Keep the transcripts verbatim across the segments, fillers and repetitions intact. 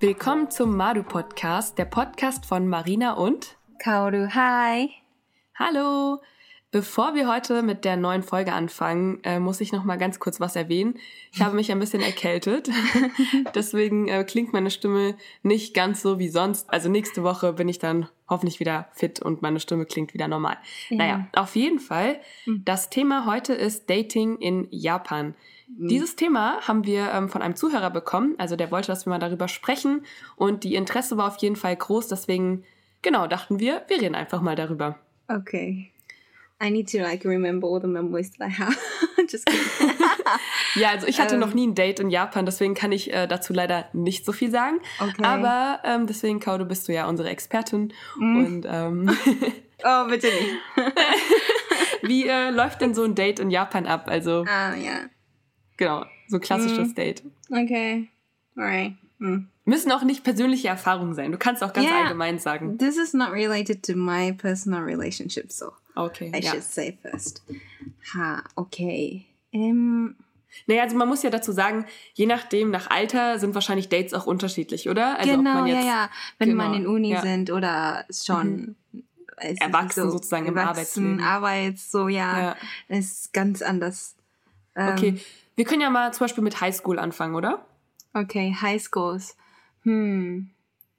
Willkommen zum Madu-Podcast, der Podcast von Marina und Kaoru. Hi. Hallo. Bevor wir heute mit der neuen Folge anfangen, äh, muss ich noch mal ganz kurz was erwähnen. Ich habe mich ein bisschen erkältet, deswegen äh, klingt meine Stimme nicht ganz so wie sonst. Also nächste Woche bin ich dann hoffentlich wieder fit und meine Stimme klingt wieder normal. Ja. Naja, auf jeden Fall, das Thema heute ist Dating in Japan. Mhm. Dieses Thema haben wir ähm, von einem Zuhörer bekommen, also der wollte, dass wir mal darüber sprechen und die Interesse war auf jeden Fall groß, deswegen, genau, dachten wir, wir reden einfach mal darüber. Okay. I need to like remember all the memories that I have. Just kidding. Ja, also ich hatte um, noch nie ein Date in Japan, deswegen kann ich äh, dazu leider nicht so viel sagen. Okay. Aber ähm, deswegen, Kaoru, bist du ja unsere Expertin. Mm. Und ähm, oh, bitte nicht. Wie äh, läuft denn so ein Date in Japan ab? Also, ah, ja. Genau, so klassisches mm. Date. Okay, alright. Mm. Müssen auch nicht persönliche Erfahrungen sein. Du kannst auch ganz yeah, allgemein sagen. This is not related to my personal relationship, so okay, I ja. should say first. Ha, okay. Um, naja, also man muss ja dazu sagen, je nachdem, nach Alter sind wahrscheinlich Dates auch unterschiedlich, oder? Also genau, ob man jetzt, ja, ja. Wenn genau, man in Uni ja. sind oder schon mhm. erwachsen so, erwachsen, sozusagen im Arbeitsleben. Arbeits, so, ja, ja. ist ganz anders. Um, okay, wir können ja mal zum Beispiel mit Highschool anfangen, oder? Okay, Highschools. Hm.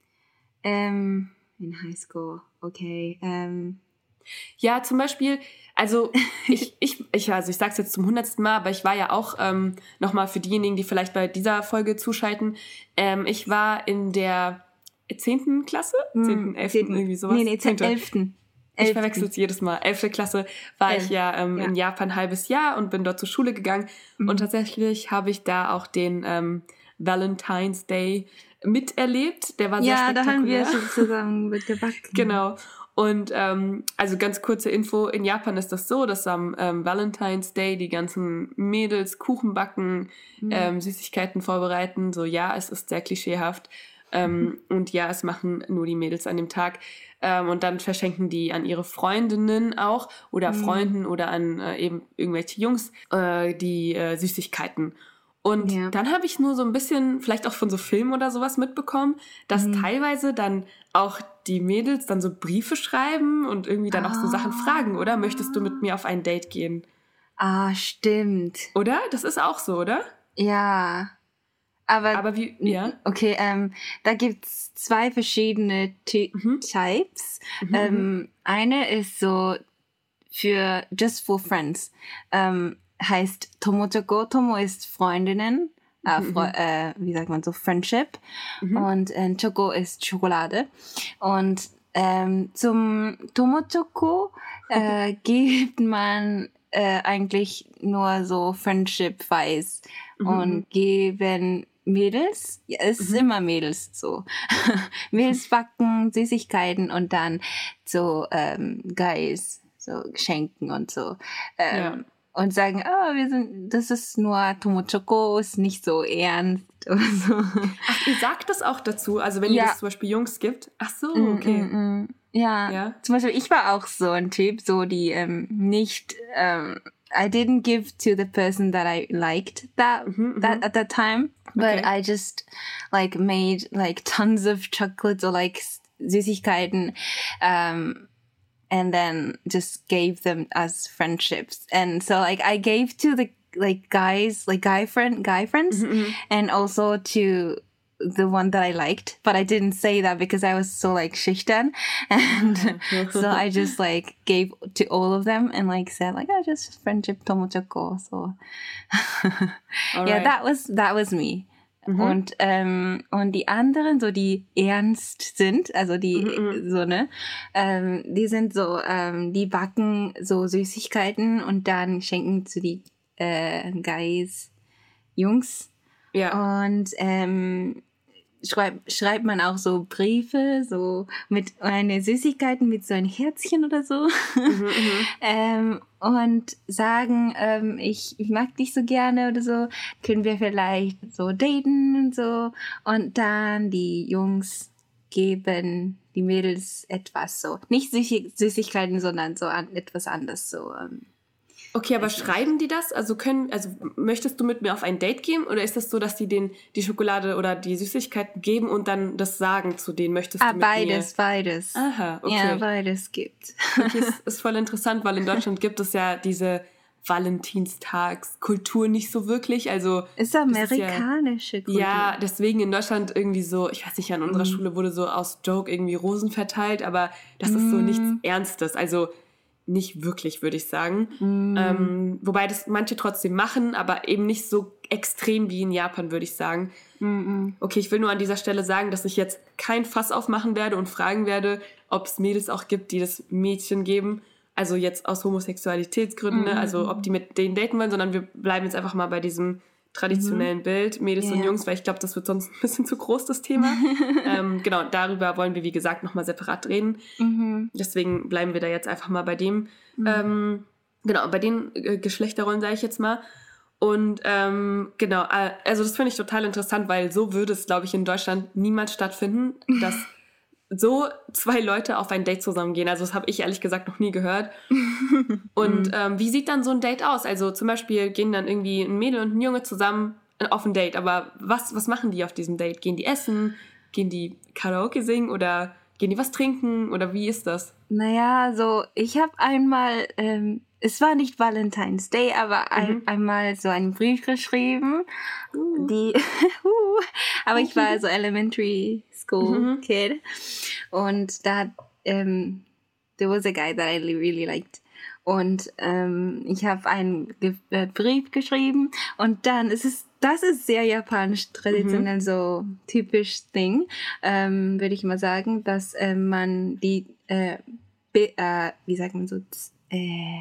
Ähm, in Highschool, okay. Ähm. Ja, zum Beispiel, also ich, ich, ich, also ich sag's jetzt zum hundertsten Mal, aber ich war ja auch ähm, nochmal für diejenigen, die vielleicht bei dieser Folge zuschalten, ähm, ich war in der zehnten Klasse? zehnten, elften, irgendwie sowas? Nee, nee, elften. Ich verwechsel es jedes Mal. elfte Klasse war Elf. ich ja, ähm, ja in Japan ein halbes Jahr und bin dort zur Schule gegangen. Mhm. Und tatsächlich habe ich da auch den ähm, Valentine's Day miterlebt. Der war sehr ja, spektakulär. Ja, da haben wir schon zusammen mitgebacken. Genau. Und ähm, also ganz kurze Info, in Japan ist das so, dass am ähm, Valentine's Day die ganzen Mädels Kuchen backen, mhm. ähm, Süßigkeiten vorbereiten. So, ja, es ist sehr klischeehaft. Ähm, mhm. Und ja, es machen nur die Mädels an dem Tag. Ähm, und dann verschenken die an ihre Freundinnen auch oder mhm. Freunden oder an äh, eben irgendwelche Jungs äh, die äh, Süßigkeiten. Und ja. dann habe ich nur so ein bisschen, vielleicht auch von so Filmen oder sowas mitbekommen, dass mhm. teilweise dann auch die Mädels dann so Briefe schreiben und irgendwie dann ah. auch so Sachen fragen, oder? Möchtest du mit mir auf ein Date gehen? Ah, stimmt. Oder? Das ist auch so, oder? Ja. Aber, Aber wie, ja? Okay, ähm, da gibt's zwei verschiedene T- mhm. Types. Mhm. Ähm, eine ist so für just for friends. Ähm, heißt Tomochoko. Tomo ist Freundinnen. Äh, mhm. Fre- äh, wie sagt man so? Friendship. Mhm. Und äh, Choco ist Schokolade. Und ähm, zum Tomochoko äh, gibt man äh, eigentlich nur so Friendship-Wise mhm. und geben Mädels, ja, es ist mhm. immer Mädels so, Mädels backen Süßigkeiten und dann so ähm, Guys so schenken und so ähm, ja. und sagen, oh, wir sind, das ist nur Tomochoko, ist nicht so ernst oder so. Ach, ihr sagt das auch dazu, also wenn ja. ihr das zum Beispiel Jungs gibt? Ach so, okay. Mm, mm, mm. Ja. ja, zum Beispiel ich war auch so ein Typ, so die ähm, nicht ähm, I didn't give to the person that I liked that mm-hmm, that mm-hmm. at that time, but okay. I just like made like tons of chocolates or like Süßigkeiten, um, and then just gave them as friendships. And so like I gave to the like guys, like guy friend, guy friends, mm-hmm. and also to the one that I liked, but I didn't say that because I was so like schüchtern, and so I just like gave to all of them and like said like, oh, just friendship Tomochoko. So right. yeah, that was that was me. Mhm. Und ähm, und die anderen, so die ernst sind, also die mhm. so ne, ähm, die sind so, ähm, die backen so Süßigkeiten und dann schenken zu die äh, Guys, Jungs. Ja. Und ähm, schreibt schreibt man auch so Briefe, so mit eine Süßigkeiten mit so ein Herzchen oder so. Mhm, ähm, und sagen, ähm, ich, ich mag dich so gerne oder so, können wir vielleicht so daten und so. Und dann die Jungs geben die Mädels etwas so. Nicht Süßig- Süßigkeiten, sondern so an, etwas anderes so. Ähm. Okay, aber schreiben die das? Also können, also möchtest du mit mir auf ein Date gehen oder ist das so, dass die denen die Schokolade oder die Süßigkeiten geben und dann das sagen zu denen? Möchtest ah, du mit beides, mir? beides. Aha, okay. Ja, beides gibt. Okay, ist, ist voll interessant, weil in Deutschland gibt es ja diese Valentinstagskultur nicht so wirklich. Also ist amerikanische Kultur. Ja, deswegen in Deutschland irgendwie so, ich weiß nicht, an unserer mm. Schule wurde so aus Joke irgendwie Rosen verteilt, aber das mm. ist so nichts Ernstes. Also nicht wirklich, würde ich sagen. Mm. Ähm, wobei das manche trotzdem machen, aber eben nicht so extrem wie in Japan, würde ich sagen. Mm-mm. Okay, ich will nur an dieser Stelle sagen, dass ich jetzt kein Fass aufmachen werde und fragen werde, ob es Mädels auch gibt, die das Mädchen geben. Also jetzt aus Homosexualitätsgründen, mm-hmm. ne? Also ob die mit denen daten wollen, sondern wir bleiben jetzt einfach mal bei diesem traditionellen mm-hmm. Bild, Mädels yeah. und Jungs, weil ich glaube, das wird sonst ein bisschen zu groß, das Thema. ähm, genau, darüber wollen wir, wie gesagt, nochmal separat reden. Mm-hmm. Deswegen bleiben wir da jetzt einfach mal bei dem, mm-hmm. ähm, genau, bei den äh, Geschlechterrollen, sage ich jetzt mal. Und ähm, genau, äh, also das finde ich total interessant, weil so würde es, glaube ich, in Deutschland niemals stattfinden, dass so zwei Leute auf ein Date zusammengehen. Also das habe ich ehrlich gesagt noch nie gehört. Und ähm, wie sieht dann so ein Date aus? Also zum Beispiel gehen dann irgendwie ein Mädel und ein Junge zusammen auf ein Date. Aber was, was machen die auf diesem Date? Gehen die essen? Gehen die Karaoke singen? Oder gehen die was trinken? Oder wie ist das? Naja, so ich habe einmal, ähm, es war nicht Valentine's Day, aber ein, mhm. einmal so einen Brief geschrieben. Uh. Die, uh, aber ich war so Elementary School mhm. Kid. Und da, ähm, there was a guy that I really liked. Und ähm, ich habe einen Ge- äh, Brief geschrieben und dann ist es, das ist sehr japanisch, traditionell mhm. so typisch Ding, ähm, würde ich mal sagen, dass äh, man die, äh, be, äh, wie sagt man so, äh,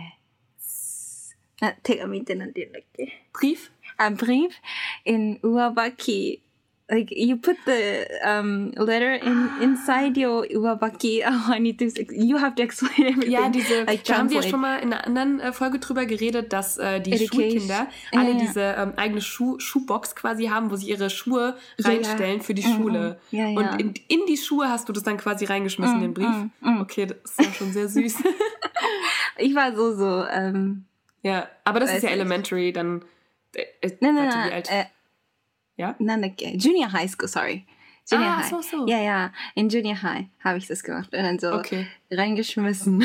na, Tegamiってなんて言うんだっけ? Brief? Ein Brief in Uwabaki. Like you put the um, letter in inside your Uwabaki. Oh, I need to. You have to explain everything. Ja, diese. Like, da haben wir schon mal in einer anderen äh, Folge drüber geredet, dass äh, die Education. Schulkinder alle ja, ja. diese ähm, eigene Schuh Schuhbox quasi haben, wo sie ihre Schuhe reinstellen ja. für die mhm. Schule. Ja, ja. Und in, in die Schuhe hast du das dann quasi reingeschmissen, mhm. den Brief. Mhm. Okay, das ist ja schon sehr süß. Ich war so so. Ähm, ja, aber das ist ja elementary, dann. Äh, nein, nein, nein. Alt, äh, ja? なんだっけ? Junior High School, sorry. Junior ah, High. so, so. Ja, ja. In Junior High habe ich das gemacht. Und dann so okay. reingeschmissen.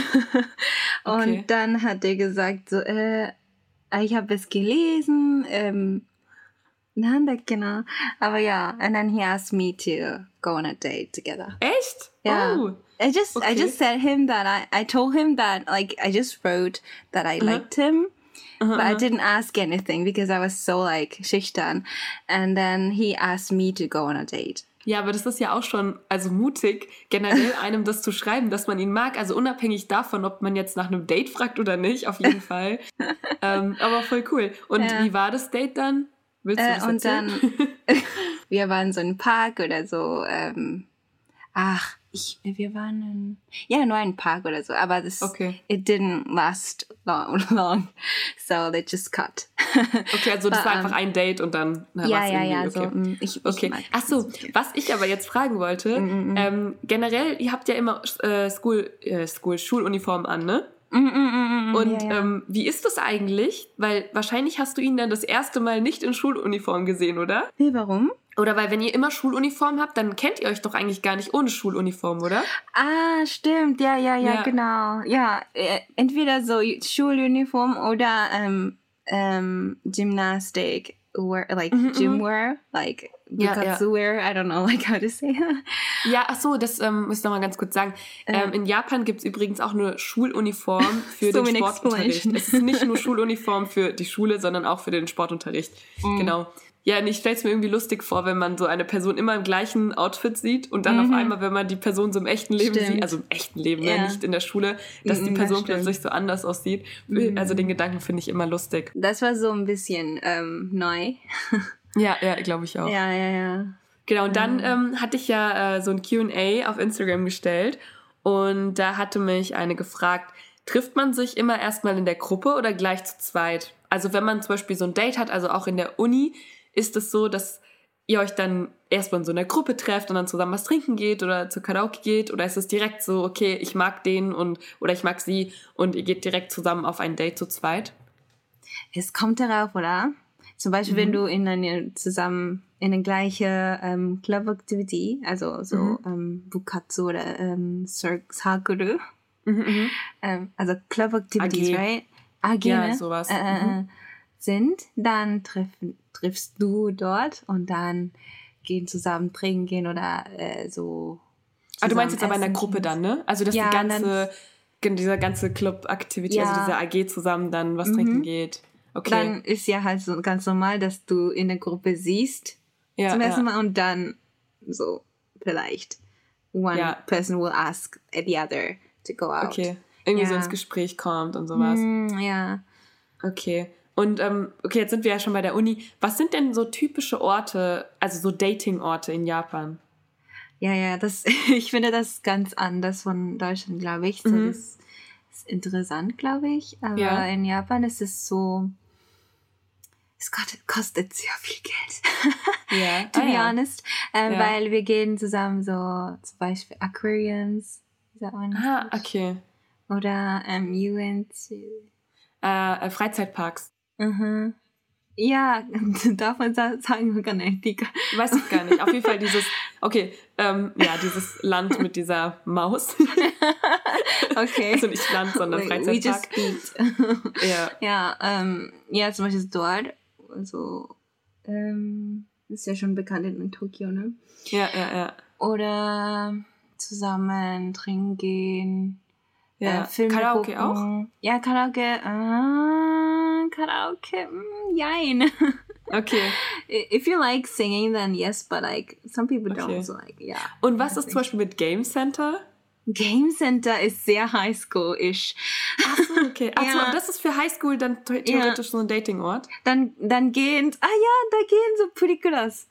Und okay. dann hat er gesagt, so, äh, ich habe es gelesen, ähm, なんだっけな? Aber ja, and then he asked me to go on a date together. Echt? Yeah. Oh. I just, okay. I just said him that I, I told him that, like, I just wrote that I uh-huh. liked him. Uh-huh. But I didn't ask anything because I was so, like, schüchtern. And then he asked me to go on a date. Ja, aber das ist ja auch schon, also mutig, generell einem das zu schreiben, dass man ihn mag. Also unabhängig davon, ob man jetzt nach einem Date fragt oder nicht, auf jeden Fall. ähm, aber voll cool. Und ja. wie war das Date dann? Willst du das äh, und erzählen? Dann, wir waren so im Park oder so, ähm, ach, ich, wir waren in, ja, nur ein Park oder so, aber das, okay. it didn't last long, long, so they just cut. Okay, also das But, war einfach um, ein Date und dann na, ja, war's ja, irgendwie, ja, okay. so, ich, okay. Ich mag Ach so, was ich aber jetzt fragen wollte, mm, mm, ähm, generell, ihr habt ja immer äh, School, äh, School, Schuluniform an, ne? Mm, mm, mm, und ja, ja. Ähm, wie ist das eigentlich? Weil wahrscheinlich hast du ihn dann das erste Mal nicht in Schuluniform gesehen, oder? Wie, warum? Oder weil, wenn ihr immer Schuluniform habt, dann kennt ihr euch doch eigentlich gar nicht ohne Schuluniform, oder? Ah, stimmt. Ja, ja, ja, ja. genau. Ja, entweder so Schuluniform oder ähm, ähm, Gymnastik, wear, like mm-hmm. gym wear, like because ja, ja. wear, I don't know, like how to say. Ja, ach so, das ähm, muss ich noch mal ganz kurz sagen. Ähm, in Japan gibt es übrigens auch eine Schuluniform für so den Sportunterricht. Es ist nicht nur Schuluniform für die Schule, sondern auch für den Sportunterricht. Mm. Genau. Ja, und ich stelle es mir irgendwie lustig vor, wenn man so eine Person immer im gleichen Outfit sieht und dann mhm. auf einmal, wenn man die Person so im echten Leben stimmt. sieht, also im echten Leben, ja. ne, nicht in der Schule, dass mhm, die Person das plötzlich so anders aussieht. Mhm. Also den Gedanken finde ich immer lustig. Das war so ein bisschen ähm, neu. Ja, ja, glaube ich auch. Ja, ja, ja. Genau, und dann ähm, hatte ich ja äh, so ein Q and A auf Instagram gestellt und da hatte mich eine gefragt, trifft man sich immer erstmal in der Gruppe oder gleich zu zweit? Also wenn man zum Beispiel so ein Date hat, also auch in der Uni, ist es so, dass ihr euch dann erstmal in so einer Gruppe trefft und dann zusammen was trinken geht oder zu Karaoke geht? Oder ist es direkt so, okay, ich mag den und oder ich mag sie und ihr geht direkt zusammen auf ein Date zu zweit? es kommt darauf, oder? Zum Beispiel, mhm. wenn du in eine zusammen in eine gleiche ähm, Club-Activity, also so mhm. ähm, Bukatsu oder ähm, Sakuru, mhm, ähm, also Club-Activities, right? A G, ja, ne? sowas. Äh, mhm. sind, dann treffen, triffst du dort und dann gehen zusammen trinken gehen oder äh, so. Ah, du meinst jetzt aber in der Gruppe dann, ne? Also dass ja, die ganze, dann, dieser ganze Club-Activity, ja. also diese A G zusammen dann was mhm. trinken geht. Okay. Dann ist ja halt so ganz normal, dass du in der Gruppe siehst ja, zum ersten ja. Mal und dann so vielleicht one ja. person will ask the other to go out. Okay, irgendwie ja. so ins Gespräch kommt und sowas. Mm, ja. Okay. Und ähm, okay, jetzt sind wir ja schon bei der Uni. Was sind denn so typische Orte, also so Dating-Orte in Japan? Ja, ja, das ich finde das ganz anders von Deutschland, glaube ich. So, mhm. Das ist interessant, glaube ich. Aber ja. in Japan ist es so, es kostet sehr viel Geld. Ja. to ah, be ja. honest. Ähm, ja. Weil wir gehen zusammen so zum Beispiel Aquariums. Ah, okay. Oder ähm, U N C. Äh, Freizeitparks. Mhm. Ja, davon sagen wir gar nicht. Weiß ich gar nicht. Auf jeden Fall dieses, okay, ähm, ja, dieses Land mit dieser Maus. Okay. Also nicht Land, sondern Freizeitpark. We just speak. ja. Ja, ähm, ja, zum Beispiel dort, also, ähm, ist ja schon bekannt in Tokio, ne? Ja, ja, ja. Oder zusammen trinken gehen. Ja, äh, Filme Karaoke gucken. auch? Ja, Karaoke, äh, Karaoke, mm, jein. Okay. If you like singing, then yes, but like, some people okay. don't, so like, ja. Yeah. Und was ist zum Beispiel mit Game Center? Game Center ist sehr Highschool-ish. Ach so, okay. Ach so, ja. Das ist für Highschool dann theoretisch ja. so ein Datingort? Dann, dann gehen, ah ja, da gehen so Purikuras.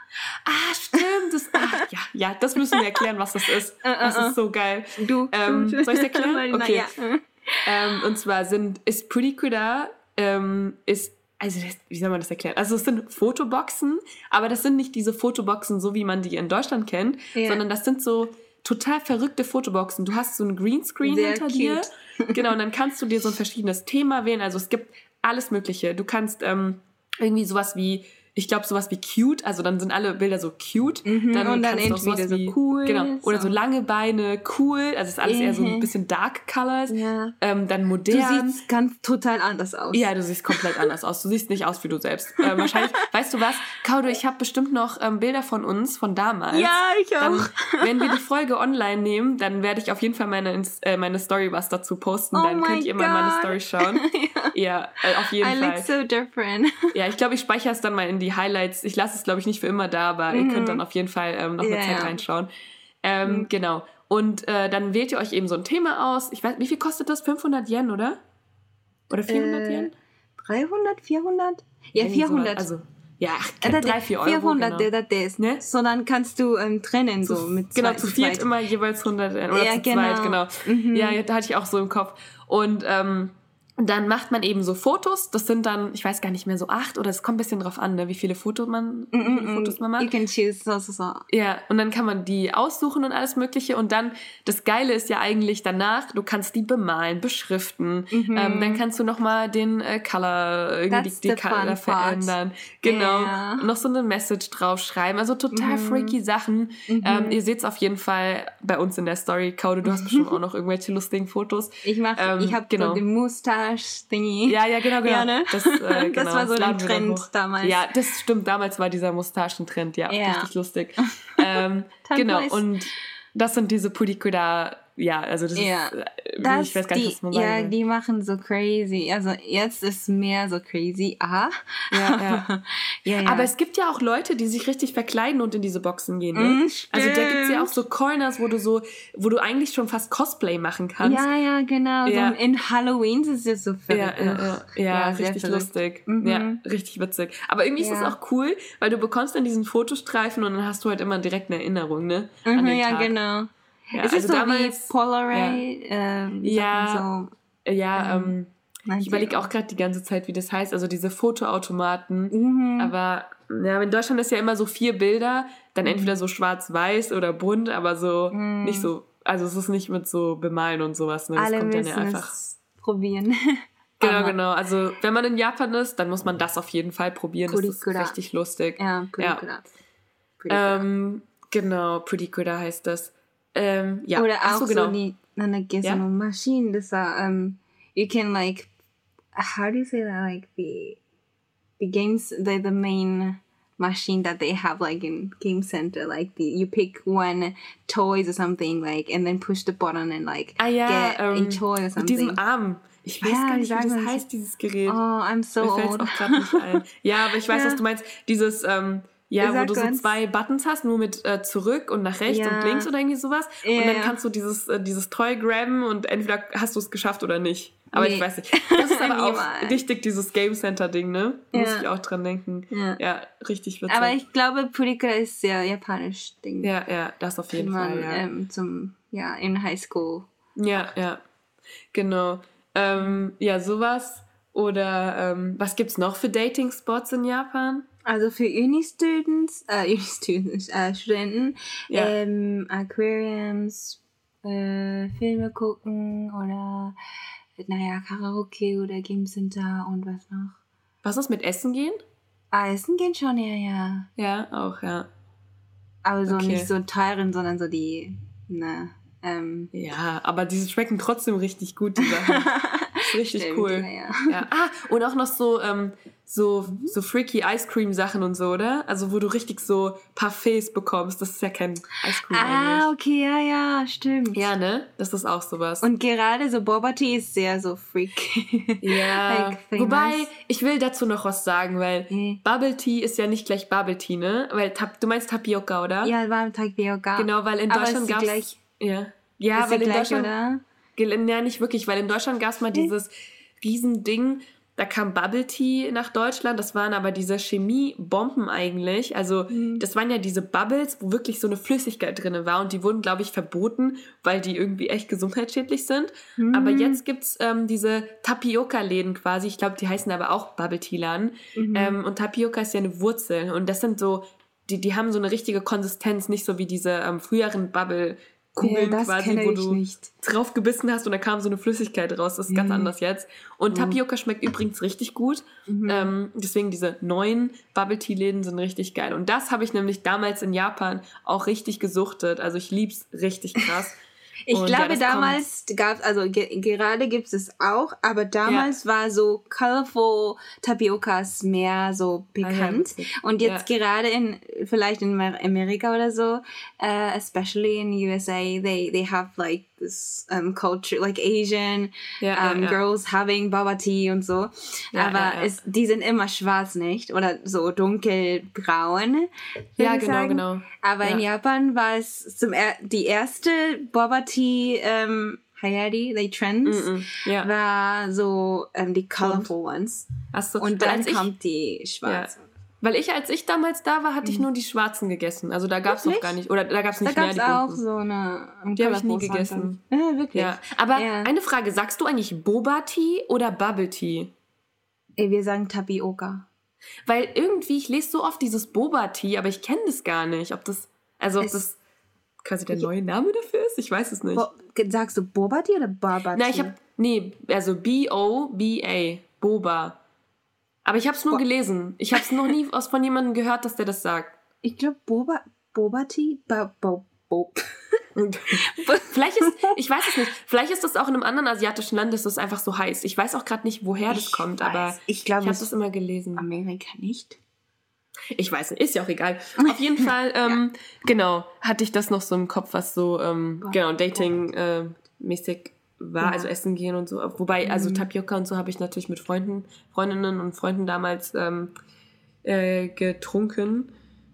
Ah, stimmt. Das, ach, ja, ja, das müssen wir erklären, was das ist. Das ist so geil. Du. Ähm, soll ich es erklären? Okay. Ja. Ähm, und zwar sind, ist Purikura, ähm, ist, also das, wie soll man das erklären? Also es sind Fotoboxen, aber das sind nicht diese Fotoboxen, so wie man die in Deutschland kennt, ja. sondern das sind so total verrückte Fotoboxen. Du hast so einen Greenscreen Sehr hinter cute. dir. Genau, und dann kannst du dir so ein verschiedenes Thema wählen. Also es gibt alles Mögliche. Du kannst ähm, irgendwie sowas wie, ich glaube, sowas wie cute, also dann sind alle Bilder so cute. Mhm, dann und dann kannst du auch sowas so wie, cool. Genau, oder so. so lange Beine, cool, also ist alles eher so ein bisschen dark colors. Ja. Ähm, dann modern. Du siehst ganz total anders aus. Ja, du siehst komplett anders aus. Du siehst nicht aus wie du selbst. Ähm, wahrscheinlich, weißt du was, Kaudo, ich habe bestimmt noch ähm, Bilder von uns, von damals. Ja, ich auch. Dann, wenn wir die Folge online nehmen, dann werde ich auf jeden Fall meine, äh, meine Story was dazu posten. Oh dann könnt ihr mal meine Story schauen. ja, ja äh, auf jeden I Fall. look so different. Ja, ich glaube, ich speichere es dann mal in die Highlights. Ich lasse es, glaube ich, nicht für immer da, aber mhm. ihr könnt dann auf jeden Fall ähm, noch eine ja, Zeit ja. reinschauen. Ähm, mhm. Genau. Und äh, dann wählt ihr euch eben so ein Thema aus. Ich weiß, wie viel kostet das? fünfhundert Yen, oder? Oder vierhundert äh, Yen? dreihundert, vierhundert? Ja, Irgendwie vierhundert. sowas. Also, ja, äh, drei, vier Euro. vierhundert, genau. das ist. Ne? So, dann kannst du ähm, trennen, so zu, mit Genau, zwei, zu viert zweit. immer jeweils hundert Yen. Oder ja, zu genau. zweit, genau. Mhm. Ja, da hatte ich auch so im Kopf. Und, ähm, dann macht man eben so Fotos, das sind dann, ich weiß gar nicht mehr, so acht oder es kommt ein bisschen drauf an, ne, wie viele, Foto man, wie viele Fotos man macht. You can choose, so, so, so. Ja, und dann kann man die aussuchen und alles Mögliche und dann, das Geile ist ja eigentlich danach, du kannst die bemalen, beschriften, mhm. ähm, dann kannst du nochmal den äh, Color, irgendwie That's die, die Color verändern. Genau, yeah. noch so eine Message draufschreiben, also total mhm. freaky Sachen. Mhm. Ähm, ihr seht's auf jeden Fall bei uns in der Story. Kaude, du hast bestimmt auch noch irgendwelche lustigen Fotos. Ich mach, ähm, ich hab genau. so den Mustache Thingy. Ja, ja, genau, genau. Ja, ne? Das, äh, genau. das war so ein Trend damals. Ja, das stimmt. Damals war dieser Mustaschentrend, ja, ja. richtig lustig. ähm, genau, und das sind diese Pudikuda, ja, also das ja. ist, äh, das ich weiß gar nicht, die, was man sagen Ja, will. die machen so crazy. Also jetzt ist mehr so crazy. Aha. Ja, ja. ja, ja. Aber es gibt ja auch Leute, die sich richtig verkleiden und in diese Boxen gehen, ne? Mm, also da gibt's ja auch so Corners, wo du so, wo du eigentlich schon fast Cosplay machen kannst. Ja, ja, genau. Ja. So in Halloween ist es so verrückt. Ja, ja, ja, ja, ja richtig verrückt. lustig. Mhm. Ja, richtig witzig. Aber irgendwie ja. ist es auch cool, weil du bekommst dann diesen Fotostreifen und dann hast du halt immer direkt eine Erinnerung, ne? Mhm, an den ja, Tag. genau. Ja, es also ist so damals, wie Polaroid. Ja, äh, wie ja, sagt man so, ja ähm, ähm, ich überlege auch gerade die ganze Zeit, wie das heißt, also diese Fotoautomaten. Mhm. Aber ja, in Deutschland ist ja immer so vier Bilder, dann mhm. entweder so schwarz-weiß oder bunt, aber so mhm. nicht so, also es ist nicht mit so Bemalen und sowas, ne? Das Alle kommt dann müssen ja einfach. Es probieren. Genau, aber genau. Also wenn man in Japan ist, dann muss man das auf jeden Fall probieren. Das ist richtig lustig. Ja, Purikura. Ja. Ähm, genau, Purikura heißt das. Ähm, ja. Oder auch so, genau. so die, nanake, so eine Maschine, das um, you can like, how do you say that, like the, the games, the, the main machine that they have like in game center, like the, you pick one toys or something, like, and then push the button and like ah, ja, get ähm, a toy or something. Mit diesem Arm. Ich weiß ja, gar nicht, wie das heißt, dieses Gerät. Oh, I'm so Mir fällt's old. auch gerade nicht ein. Ja, aber ich weiß, ja. was du meinst. Dieses, ähm, ja, wo du so zwei Buttons hast, nur mit äh, zurück und nach rechts ja. und links oder irgendwie sowas. Ja. Und dann kannst du dieses, äh, dieses Toy grabben und entweder hast du es geschafft oder nicht. Aber nee. ich weiß nicht. Das ist aber auch richtig dieses Game Center Ding, ne? Ja. Muss ich auch dran denken. Ja, ja richtig witzig. Aber ich glaube, Purikura ist sehr japanisch Ding. Ja, ja, das auf jeden man, Fall, ja. Ähm, zum, ja, in Highschool. Ja, ja, genau. Ähm, ja, sowas. Oder ähm, was gibt's noch für Dating-Spots in Japan? Also für Uni-Students, äh, Uni-Students, äh, Studenten, ja. ähm, Aquariums, äh, Filme gucken oder, naja, Karaoke oder Game Center und was noch. Was ist mit Essen gehen? Ah, Essen gehen schon, ja, ja. Ja, auch, ja. Aber so okay. nicht so teuren, sondern so die, ne, ähm. Ja, aber die schmecken trotzdem richtig gut, die Sachen. Das ist richtig Stimmt, cool. Ja, ja. Ja. Ah, und auch noch so, ähm, so, so freaky Ice Cream Sachen und so, oder? Also wo du richtig so Parfaits bekommst. Das ist ja kein Ice Cream Ah, eigentlich. Okay, ja, ja, stimmt. Ja, ne? Das ist auch sowas. Und gerade so Boba Tea ist sehr so freak. Ja. like, Wobei, ich will dazu noch was sagen, weil mhm. Bubble Tea ist ja nicht gleich Bubble Tea, ne? Weil du meinst Tapioca, oder? Ja, war Tapioca. Genau, weil in Deutschland gab es... Ja, ja ist weil in gleich, Deutschland... Oder? Ja, nicht wirklich, weil in Deutschland gab es mal dieses Riesending, da kam Bubble Tea nach Deutschland, das waren aber diese Chemiebomben eigentlich, also mhm. das waren ja diese Bubbles, wo wirklich so eine Flüssigkeit drin war und die wurden, glaube ich, verboten, weil die irgendwie echt gesundheitsschädlich sind, mhm. aber jetzt gibt's ähm, diese Tapioca-Läden quasi, ich glaube, die heißen aber auch Bubble Tea-Laden mhm. ähm, und Tapioca ist ja eine Wurzel und das sind so, die, die haben so eine richtige Konsistenz, nicht so wie diese ähm, früheren Bubble Kugeln nee, quasi, wo du nicht. drauf gebissen hast und da kam so eine Flüssigkeit raus. Das ist mhm. ganz anders jetzt. Und mhm. Tapioca schmeckt übrigens richtig gut. Mhm. Ähm, deswegen diese neuen Bubble-Tea-Läden sind richtig geil. Und das habe ich nämlich damals in Japan auch richtig gesuchtet. Also ich lieb's richtig krass. Ich und glaube, ja, damals gab es, also ge- gerade gibt es es auch, aber damals ja. war so colorful Tapiocas mehr so bekannt. Ah, ja, und jetzt ja. gerade in, vielleicht in Amerika oder so, uh, especially in U S A, they, they have like this um, culture, like Asian ja, um, ja, ja. girls having Bubble Tea und so. Ja, aber ja, ja. Es, die sind immer schwarz, nicht? Oder so dunkelbraun. Ja, genau, sagen. genau. Aber ja. in Japan war es zum er- die erste Bubble Tea ähm, Hayari, the Trends, mm-mm. ja. war so ähm, die colorful und? ones. Ach so. Und dann ich, kommt die schwarze. Ja. Weil ich, als ich damals da war, hatte ich nur die schwarzen gegessen. Also da gab es noch gar nicht, oder da gab es nicht da mehr die bunten. Da gab es auch so eine... Die habe ich nie gegessen. Ja, wirklich. Ja. Aber ja. eine Frage, sagst du eigentlich Boba Tea oder Bubble Tea? Ey, wir sagen Tapioca. Weil irgendwie, ich lese so oft dieses Boba Tea, aber ich kenne das gar nicht. Ob das, also ob es das quasi der neue Name dafür ist? Ich weiß es nicht. Bo- sagst du Boba Tea oder Baba Tea? Nein, ich habe, nee, also B O B A, Boba. Aber ich habe es nur Bo- gelesen. Ich habe es noch nie aus von jemandem gehört, dass der das sagt. Ich glaube, Boba, Boba Tea, Bo, Bo, Bo. Vielleicht ist, ich weiß es nicht, vielleicht ist das auch in einem anderen asiatischen Land, dass das einfach so heißt. Ich weiß auch gerade nicht, woher das ich kommt, weiß. aber ich, glaub, ich habe das immer gelesen. Amerika nicht? Ich weiß nicht, ist ja auch egal. Auf jeden Fall, ähm, ja. genau, hatte ich das noch so im Kopf, was so, ähm, Boah, genau, Dating-mäßig äh, war, ja. also essen gehen und so. Wobei, also Tapioca und so habe ich natürlich mit Freunden, Freundinnen und Freunden damals ähm, äh, getrunken.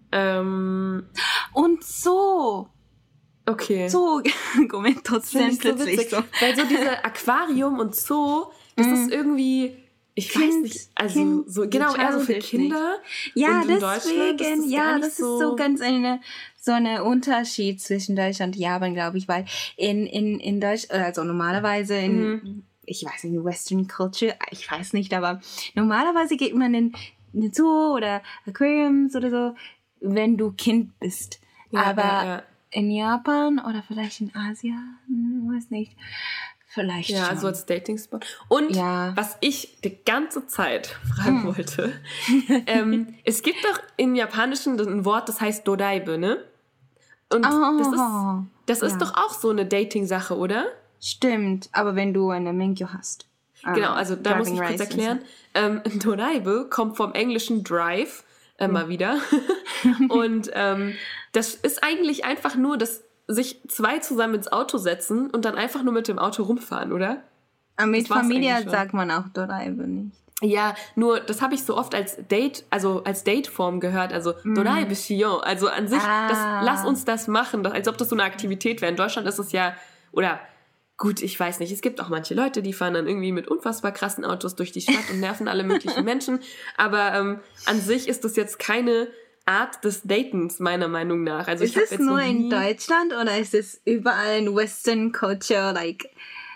Ähm, und so! Okay. Zoo, Moment, trotzdem plötzlich so. Weil so diese Aquarium und Zoo, das mm. ist irgendwie, ich kind, weiß nicht, also kind, so, genau, eher so für Kinder. Ja, und in deswegen, das ist ja, das so ist so ganz eine, so eine Unterschied zwischen Deutschland und Japan, glaube ich, weil in, in, in Deutschland, also normalerweise in, mhm. ich weiß nicht, in Western Culture, ich weiß nicht, aber normalerweise geht man in eine Zoo oder Aquariums oder so, wenn du Kind bist. Ja, aber ja, ja. in Japan oder vielleicht in Asien, weiß nicht, Vielleicht Ja, schon. so als Dating-Spot. Und ja. was ich die ganze Zeit fragen hm. wollte, ähm, es gibt doch im Japanischen ein Wort, das heißt Dodaibe, ne? Und oh, das ist, das ist ja. doch auch so eine Dating-Sache, oder? Stimmt, aber wenn du eine Menkyo hast. Genau, also da muss ich kurz erklären. Ähm, Dodaibe kommt vom englischen Drive, äh, mal wieder. Und ähm, das ist eigentlich einfach nur, dass sich zwei zusammen ins Auto setzen und dann einfach nur mit dem Auto rumfahren, oder? Aber mit Familie sagt man auch Dodaibe nicht. Ja, nur das habe ich so oft als Date, also als Dateform gehört, also mm. Dodaibe shiyo, also an sich, ah. das, lass uns das machen, als ob das so eine Aktivität wäre. In Deutschland ist es ja, oder gut, ich weiß nicht, es gibt auch manche Leute, die fahren dann irgendwie mit unfassbar krassen Autos durch die Stadt und nerven alle möglichen Menschen, aber ähm, an sich ist das jetzt keine Art des Datens, meiner Meinung nach. Also ist ich es jetzt nur in Deutschland oder ist es überall in Western Culture, like,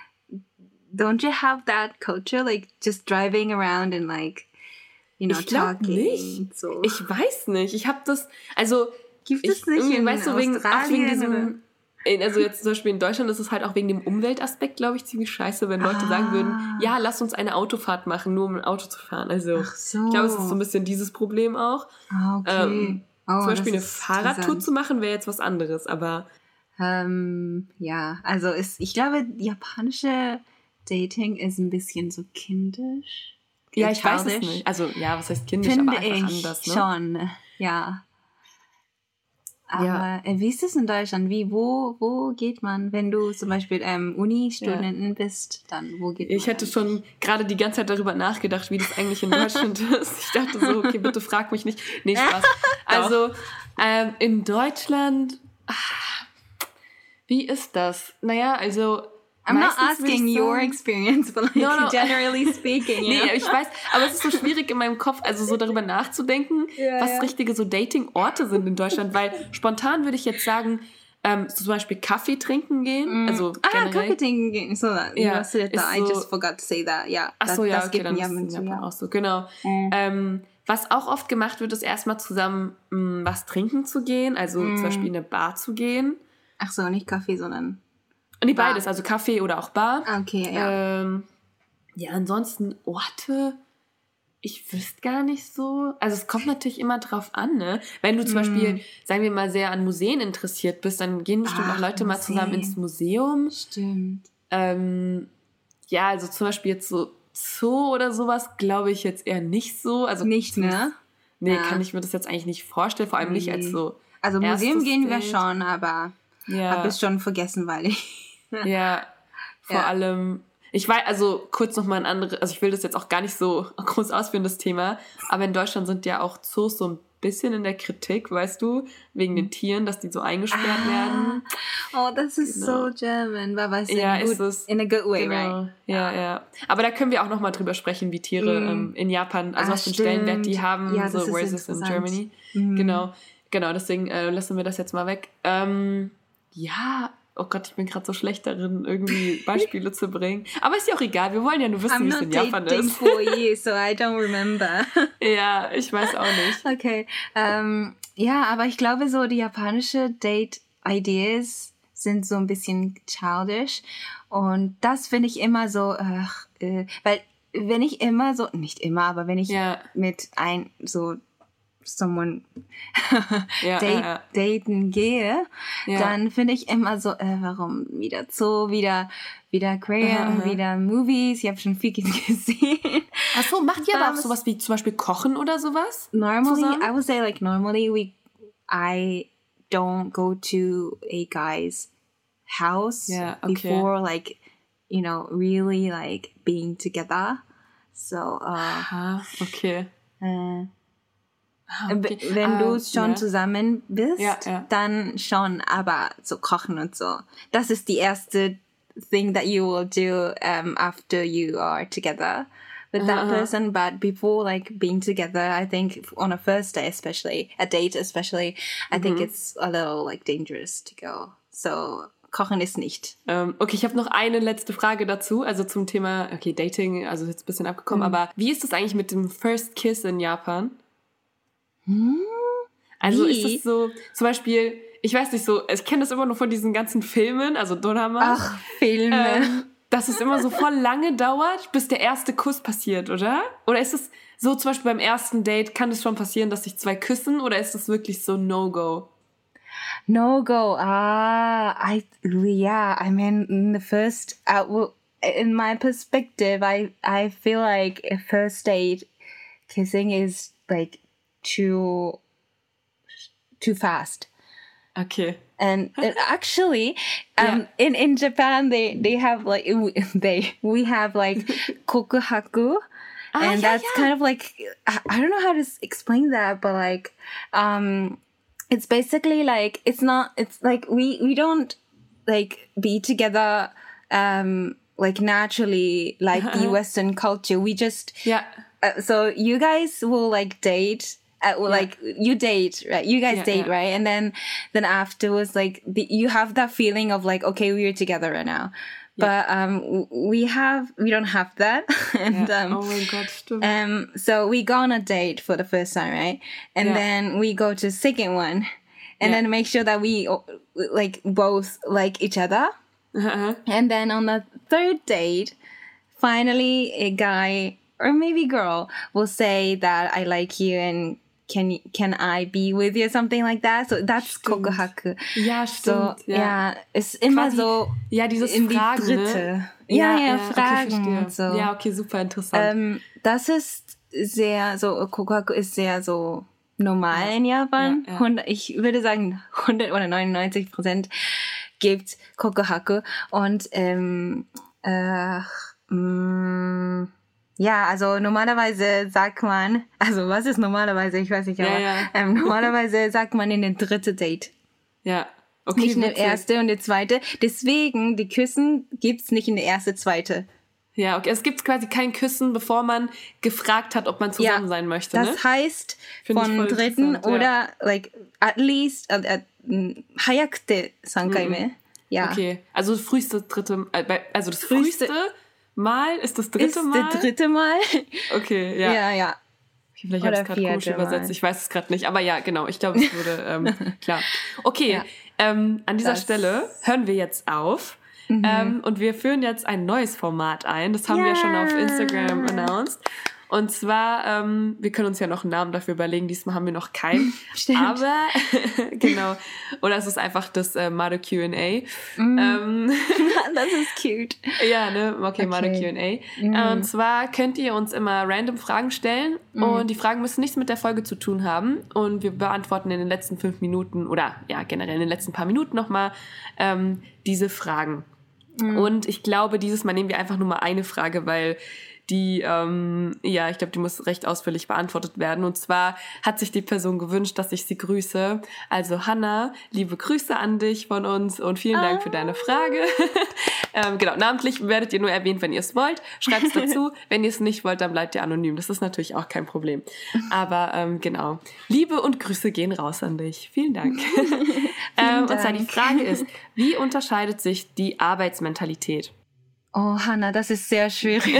don't you have that culture, like, just driving around and, like, you know, ich talking? Nicht. So. Ich weiß nicht, ich habe das, also gibt es nicht in weißt du, Australien wegen, auch wegen diesem, oder? Also jetzt zum Beispiel in Deutschland ist es halt auch wegen dem Umweltaspekt, glaube ich, ziemlich scheiße, wenn Leute ah. sagen würden, ja, lass uns eine Autofahrt machen, nur um ein Auto zu fahren. Also Ach so. Ich glaube, es ist so ein bisschen dieses Problem auch. Ah, okay. Ähm, oh, zum Beispiel eine Fahrradtour zu machen, wäre jetzt was anderes, aber... Ähm, ja, also ist, ich glaube, japanische Dating ist ein bisschen so kindisch. Ja, ich weiß es nicht. Also ja, was heißt kindisch, Finde aber einfach ich anders. Ne? Schon, ja. Aber ja. wie ist es in Deutschland? Wie, wo, wo geht man, wenn du zum Beispiel ähm, Uni-Studenten ja. bist, dann wo geht man? Ich hätte schon gerade die ganze Zeit darüber nachgedacht, wie das eigentlich in Deutschland ist. Ich dachte so, okay, bitte frag mich nicht. Nee, Spaß. Also ähm, in Deutschland, ach, wie ist das? Naja, also I'm not asking your experience, but like no, no. generally speaking. You nee, know? Ich weiß, aber es ist so schwierig in meinem Kopf, also so darüber nachzudenken, ja, was ja. richtige so Dating-Orte sind in Deutschland, weil spontan würde ich jetzt sagen, ähm, so zum Beispiel Kaffee trinken gehen, mm. also ah, generell. Kaffee trinken gehen, so that, ja, so, I just forgot to say that, ja. Ach so, ja, das okay, geht dann ja, ist es ja. auch so, genau. Mm. Ähm, was auch oft gemacht wird, ist erstmal zusammen mh, was trinken zu gehen, also mm. zum Beispiel in eine Bar zu gehen. Ach so, nicht Kaffee, sondern... Nee, beides, also Kaffee oder auch Bar. Okay, ja. Ähm, ja, ansonsten Orte, ich wüsste gar nicht so. Also es kommt natürlich immer drauf an, ne? Wenn du zum mm. Beispiel, sagen wir mal, sehr an Museen interessiert bist, dann gehen bestimmt Ach, auch Leute Museen. mal zusammen ins Museum. Stimmt. Ähm, ja, also zum Beispiel jetzt so Zoo oder sowas, glaube ich jetzt eher nicht so. Also nicht, ne? Nee, ja. kann ich mir das jetzt eigentlich nicht vorstellen, vor allem nee. nicht als so Also Museum gehen wir schon, aber ja. habe es schon vergessen, weil ich... Ja, vor ja. allem, ich weiß, also kurz nochmal ein anderes, also ich will das jetzt auch gar nicht so groß ausführen, das Thema, aber in Deutschland sind ja auch Zoos so ein bisschen in der Kritik, weißt du, wegen den Tieren, dass die so eingesperrt ah. werden. Oh, das ist genau. so German, aber es ja, in, ist es, in a good way, genau. right? Ja, ja. Aber da können wir auch nochmal drüber sprechen, wie Tiere mm. ähm, in Japan, also ah, was für einen Stellenwert die haben, ja, so where is it in Germany. Mm. Genau, genau, deswegen äh, lassen wir das jetzt mal weg. Ähm, ja, oh Gott, ich bin gerade so schlecht darin, irgendwie Beispiele zu bringen. Aber ist ja auch egal, wir wollen ja nur wissen, wie es in Japan ist. I'm not dating for you, so I don't remember. Ja, ich weiß auch nicht. Okay, um, ja, aber ich glaube so, die japanische Date-Ideas sind so ein bisschen childish. Und das finde ich immer so, ach, äh, weil wenn ich immer so, nicht immer, aber wenn ich ja. mit ein so someone ja, date, ja, ja. daten gehe, ja. dann finde ich immer so, äh, warum wieder Zoo, wieder wieder Korean, uh-huh. wieder Movies, ich habe schon viel gesehen. Ach so, macht ihr aber auch sowas wie zum Beispiel Kochen oder sowas? Normally, zusammen? I would say like normally we, I don't go to a guy's house yeah, okay. before like, you know, really like being together. So, uh, Aha, okay. Äh, Okay. Wenn uh, du schon yeah. zusammen bist, ja, ja. dann schon, aber so kochen und so. Das ist die erste thing that you will do um, after you are together with uh-huh. that person. But before like being together, I think on a first day especially, a date especially, I mm-hmm. think it's a little like dangerous to go. So Kochen ist nicht. Um, okay, ich habe noch eine letzte Frage dazu, also zum Thema, okay, Dating, also jetzt ein bisschen abgekommen, mm. aber wie ist das eigentlich mit dem First Kiss in Japan? Hm? Also Wie? ist es so, zum Beispiel, ich weiß nicht so, ich kenne das immer nur von diesen ganzen Filmen, also Dorama. Ach, Filme. Ähm, dass es immer so voll lange dauert, bis der erste Kuss passiert, oder? Oder ist es so, zum Beispiel beim ersten Date, kann es schon passieren, dass sich zwei küssen, oder ist es wirklich so No-Go? No-Go, ah, I, yeah, I mean, in the first, uh, well, in my perspective, I, I feel like a first date kissing is like too, too fast. Okay. And uh, actually, um, yeah. in, in Japan, they, they have like, they, we have like kokuhaku. Ah, and yeah, that's yeah. kind of like, I, I don't know how to explain that, but like, um, it's basically like, it's not, it's like, we, we don't like be together, um, like naturally, like uh-huh. the Western culture. We just, yeah. Uh, so you guys will like date, uh, well, yeah. like you date, right? You guys yeah, date, yeah. right? And then, then afterwards, like the, you have that feeling of like, okay, we're together right now. Yeah. But um, we have, we don't have that. and yeah. um, oh my God, stimmt. Um, so we go on a date for the first time, right? And yeah. then we go to second one, and yeah. then make sure that we like both like each other. Uh-huh. And then on the third date, finally a guy or maybe girl will say that I like you and can can I be with you, something like that. So that's Kokuhaku. Ja, stimmt. So, ja. ja, ist immer Quasi, so ja, dieses in Fragen, die Dritte. Ne? Ja, ja, ja, Fragen. Okay, so. Ja, okay, super interessant. Ähm, das ist sehr, so Kokuhaku ist sehr so normal in Japan. Ja, ja. Und ich würde sagen, hundert oder neunundneunzig Prozent gibt Kokuhaku. Und ähm, äh, mh, ja, also normalerweise sagt man, also was ist normalerweise, ich weiß nicht, aber ja, ja. Ähm, normalerweise sagt man in den dritten Date. Ja, okay. Nicht in der erste und der zweite. Deswegen, die Küssen gibt's nicht in der erste, zweite. Ja, okay. Es gibt quasi kein Küssen, bevor man gefragt hat, ob man zusammen ja, sein möchte, das ne? heißt, Find von dritten oder, ja. like, at least, uh, uh, hayakute sankaime. Mhm. Ja. Okay, also das früheste dritte, äh, also das früheste, früheste Mal ist das dritte ist Mal? Ist das dritte Mal. Okay, ja. Ja, ja. Vielleicht habe ich es gerade komisch übersetzt, ich weiß es gerade nicht. Aber ja, genau, ich glaube, es wurde ähm, klar. Okay, ja. ähm, an dieser das. Stelle hören wir jetzt auf. Mhm. Ähm, und wir führen jetzt ein neues Format ein. Das haben yeah. wir schon auf Instagram announced. Und zwar, ähm, wir können uns ja noch einen Namen dafür überlegen. Diesmal haben wir noch keinen. Stimmt. Aber, genau. Oder es ist einfach das äh, Mado Q and A. Mm. Ähm, das ist cute. Ja, ne? Okay, okay. Mado Q and A. Mm. Und zwar könnt ihr uns immer random Fragen stellen. Mm. Und die Fragen müssen nichts mit der Folge zu tun haben. Und wir beantworten in den letzten fünf Minuten oder ja, generell in den letzten paar Minuten nochmal ähm, diese Fragen. Mm. Und ich glaube, dieses Mal nehmen wir einfach nur mal eine Frage, weil die, ähm, ja, ich glaube, die muss recht ausführlich beantwortet werden. Und zwar hat sich die Person gewünscht, dass ich sie grüße. Also Hannah, liebe Grüße an dich von uns und vielen Dank ah. für deine Frage. ähm, genau, namentlich werdet ihr nur erwähnt, wenn ihr es wollt. Schreibt es dazu. Wenn ihr es nicht wollt, dann bleibt ihr anonym. Das ist natürlich auch kein Problem. Aber ähm, genau, Liebe und Grüße gehen raus an dich. Vielen Dank. ähm, und zwar die Frage ist, wie unterscheidet sich die Arbeitsmentalität? Oh, Hannah, das ist sehr schwierig.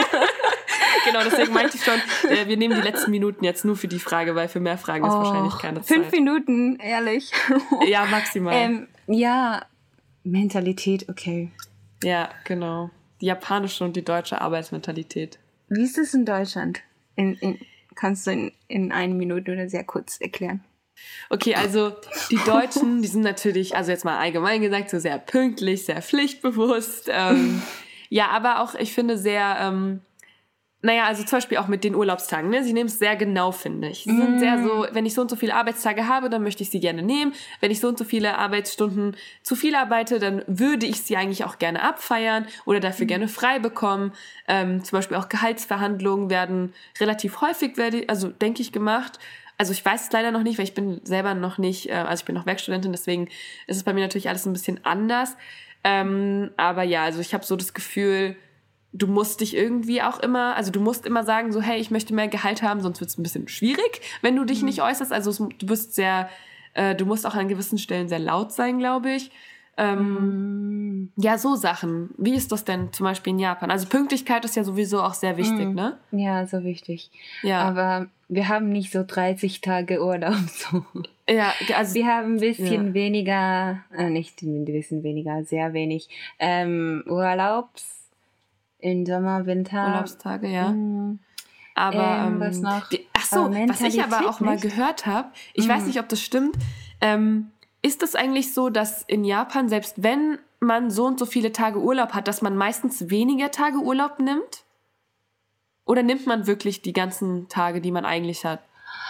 Genau, deswegen meinte ich schon, äh, wir nehmen die letzten Minuten jetzt nur für die Frage, weil für mehr Fragen ist oh, wahrscheinlich keine Zeit. Fünf Minuten, ehrlich. Ja, maximal. Ähm, ja, Mentalität, okay. Ja, genau. Die japanische und die deutsche Arbeitsmentalität. Wie ist es in Deutschland? In, in, kannst du in, in einer Minute oder sehr kurz erklären? Okay, also die Deutschen, die sind natürlich, also jetzt mal allgemein gesagt, so sehr pünktlich, sehr pflichtbewusst. Ähm, ja, aber auch, ich finde, sehr, ähm, naja, also zum Beispiel auch mit den Urlaubstagen, ne? Sie nehmen es sehr genau, finde ich. Sie mm. sind sehr so, wenn ich so und so viele Arbeitstage habe, dann möchte ich sie gerne nehmen. Wenn ich so und so viele Arbeitsstunden zu viel arbeite, dann würde ich sie eigentlich auch gerne abfeiern oder dafür mm. gerne frei bekommen. Ähm, zum Beispiel auch Gehaltsverhandlungen werden relativ häufig, werde, also denke ich, gemacht. Also ich weiß es leider noch nicht, weil ich bin selber noch nicht, äh, also ich bin noch Werkstudentin, deswegen ist es bei mir natürlich alles ein bisschen anders. Ähm, aber ja, also ich habe so das Gefühl, du musst dich irgendwie auch immer, also du musst immer sagen so, hey, ich möchte mehr Gehalt haben, sonst wird es ein bisschen schwierig, wenn du dich mhm. nicht äußerst. Also du bist sehr, äh, du musst auch an gewissen Stellen sehr laut sein, glaube ich. Ähm, mm. Ja, so Sachen. Wie ist das denn zum Beispiel in Japan? Also Pünktlichkeit ist ja sowieso auch sehr wichtig, mm. ne? Ja, so wichtig. Ja. Aber wir haben nicht so dreißig Tage Urlaub. So. Ja, also... Wir haben ein bisschen ja. weniger, äh, nicht ein bisschen weniger, sehr wenig ähm, Urlaubs im Sommer, Winter. Urlaubstage, ja. Mm. Aber, ähm, was noch? Die, ach so, was ich aber auch nicht? mal gehört habe, ich mm. weiß nicht, ob das stimmt, ähm, ist es eigentlich so, dass in Japan, selbst wenn man so und so viele Tage Urlaub hat, dass man meistens weniger Tage Urlaub nimmt? Oder nimmt man wirklich die ganzen Tage, die man eigentlich hat?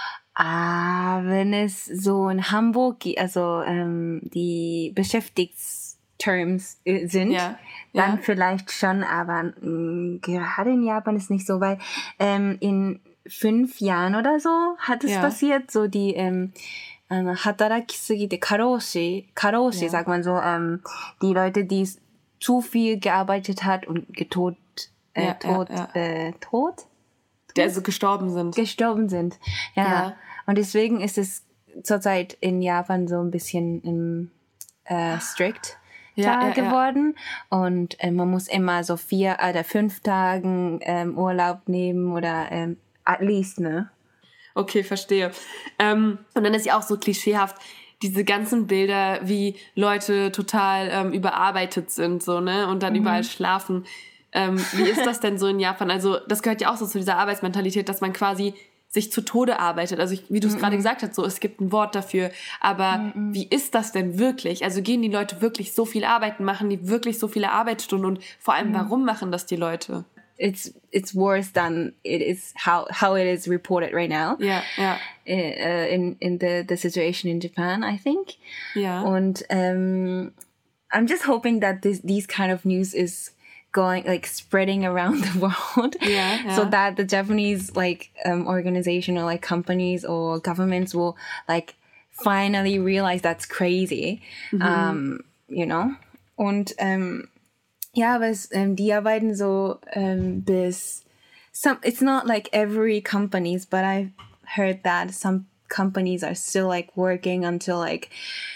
Ah, wenn es so in Hamburg, also ähm, die Beschäftigungsterms sind, ja, dann ja. vielleicht schon, aber mh, gerade in Japan ist nicht so, weil ähm, in fünf Jahren oder so hat es ja. passiert, so die ähm, Hatarakisugite, Karoshi, Karoshi ja. sagt man so, ähm, die Leute, die zu viel gearbeitet hat und getot, äh, ja, tot, ja, ja. Äh, tot? Die also gestorben sind. Gestorben sind, ja. ja. Und deswegen ist es zurzeit in Japan so ein bisschen ähm, äh, strikt ja, ja, geworden. Ja. Und äh, man muss immer so vier oder fünf Tagen ähm, Urlaub nehmen oder ähm, at least, ne? Okay, verstehe. Ähm, und dann ist ja auch so klischeehaft, diese ganzen Bilder, wie Leute total ähm, überarbeitet sind, so, ne, und dann mhm. überall schlafen. Ähm, wie ist das denn so in Japan? Also, das gehört ja auch so zu dieser Arbeitsmentalität, dass man quasi sich zu Tode arbeitet. Also, ich, wie du es mhm. gerade gesagt hast, so, es gibt ein Wort dafür. Aber mhm. wie ist das denn wirklich? Also, gehen die Leute wirklich so viel arbeiten? Machen die wirklich so viele Arbeitsstunden? Und vor allem, mhm. warum machen das die Leute? It's it's worse than it is how how it is reported right now. Yeah, yeah. Uh, in in the the situation in Japan, I think. Yeah. Und um, I'm just hoping that this these kind of news is going like spreading around the world. Yeah, yeah. So that the Japanese like um, organization or like companies or governments will like finally realize that's crazy. Mm-hmm. Um, you know. Und um, ja, aber es, ähm, die arbeiten so ähm, bis some. It's not like every companies, but I heard that some companies are still like working until like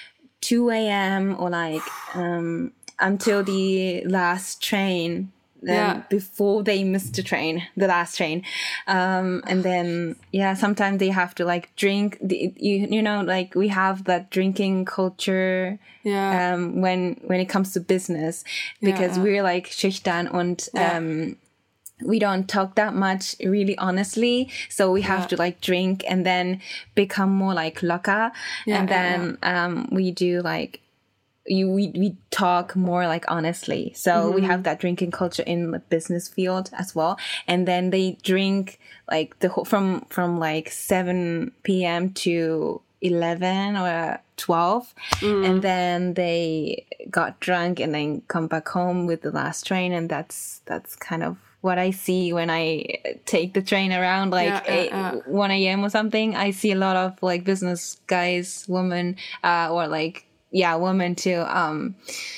two a.m. or like um, until the last train. Then yeah. before they miss the train, the last train, um, and then yeah, sometimes they have to like drink. The, you you know like we have that drinking culture. Yeah. Um, when when it comes to business, because yeah, yeah. we're like schüchtern and yeah. um, we don't talk that much really honestly. So we have yeah. to like drink and then become more like locker, yeah, and then yeah, yeah. um, we do like. You, we we talk more like honestly. So mm-hmm. we have that drinking culture in the business field as well. And then they drink like the whole, from from like seven p.m. to eleven or twelve. Mm. And then they got drunk and then come back home with the last train. And that's that's kind of what I see when I take the train around like yeah, eight, yeah, yeah. one a.m. or something. I see a lot of like business guys, women, uh, or like yeah, women too, um,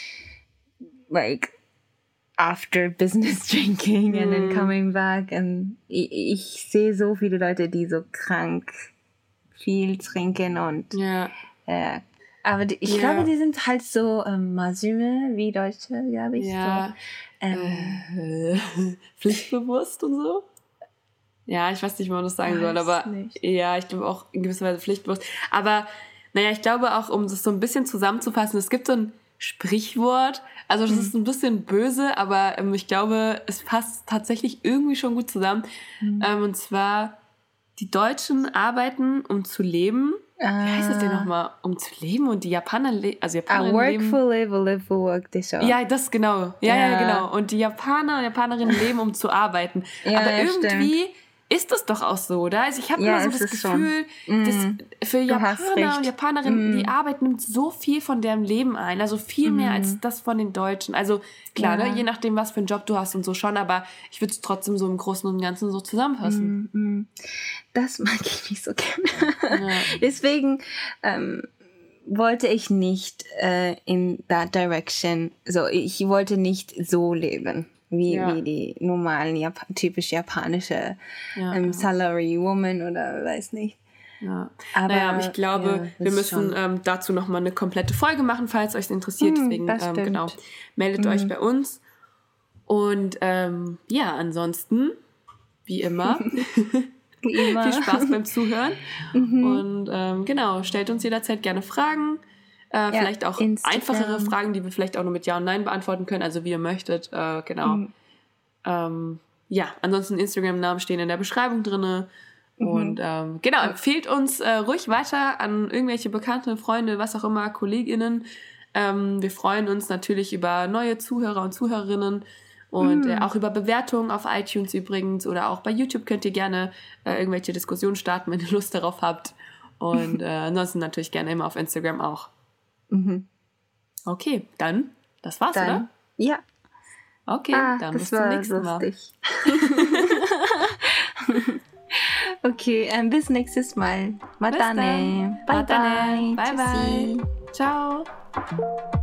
like, after business drinking mm. and then coming back. Und ich, ich sehe so viele Leute, die so krank viel trinken und, ja. äh, aber die, ich ja. glaube, die sind halt so ähm, Majime wie Deutsche, glaube ich. Ja. So, ähm, äh, pflichtbewusst und so? Ja, ich weiß nicht, wie man das sagen soll, aber nicht. Ja, ich glaube auch in gewisser Weise pflichtbewusst. Aber naja, ich glaube auch, um das so ein bisschen zusammenzufassen, es gibt so ein Sprichwort, also das mhm. ist ein bisschen böse, aber ähm, ich glaube, es passt tatsächlich irgendwie schon gut zusammen. Mhm. Ähm, und zwar, die Deutschen arbeiten, um zu leben. Ah. Wie heißt das denn nochmal? Um zu leben und die Japaner, le- also Japanerinnen ah, work leben... for live or live for work, das schon. Ja, das genau. Ja, ja, ja, genau. Und die Japaner und Japanerinnen leben, um zu arbeiten. Ja, aber ja, irgendwie... Stimmt. Ist das doch auch so, oder? Also ich habe ja, immer so das Gefühl, mm. dass für Japaner und Japanerinnen, mm. die Arbeit nimmt so viel von deren Leben ein, also viel mm. mehr als das von den Deutschen. Also klar, ja. ne, je nachdem, was für einen Job du hast und so schon, aber ich würde es trotzdem so im Großen und Ganzen so zusammenfassen. Mm. Das mag ich nicht so gerne. Ja. Deswegen ähm, wollte ich nicht äh, in that direction, so ich wollte nicht so leben. Wie, ja. wie die normalen, Jap- typisch japanische ja, ähm, Salary Woman oder weiß nicht. Ja. Aber naja, ich glaube, ja, wir müssen ähm, dazu nochmal eine komplette Folge machen, falls euch interessiert. Mm, Deswegen, ähm, genau, meldet mm. euch bei uns. Und ähm, ja, ansonsten, wie immer, wie immer. viel Spaß beim Zuhören. Mhm. Und ähm, genau, stellt uns jederzeit gerne Fragen. Äh, ja, vielleicht auch Instagram. Einfachere Fragen, die wir vielleicht auch nur mit Ja und Nein beantworten können, also wie ihr möchtet. Äh, genau. Mhm. Ähm, ja, ansonsten Instagram-Namen stehen in der Beschreibung drin. Und ähm, genau, empfehlt uns äh, ruhig weiter an irgendwelche Bekannte, Freunde, was auch immer, KollegInnen. Ähm, wir freuen uns natürlich über neue Zuhörer und Zuhörerinnen und mm. äh, auch über Bewertungen auf iTunes übrigens oder auch bei YouTube könnt ihr gerne äh, irgendwelche Diskussionen starten, wenn ihr Lust darauf habt. Und äh, ansonsten natürlich gerne immer auf Instagram auch. Mhm. Okay, dann, das war's, dann, oder? Ja. Okay, ah, dann bis zum nächsten Mal. Okay, ähm, bis nächstes Mal. Matane. Bye bye. Bye bye. Ciao.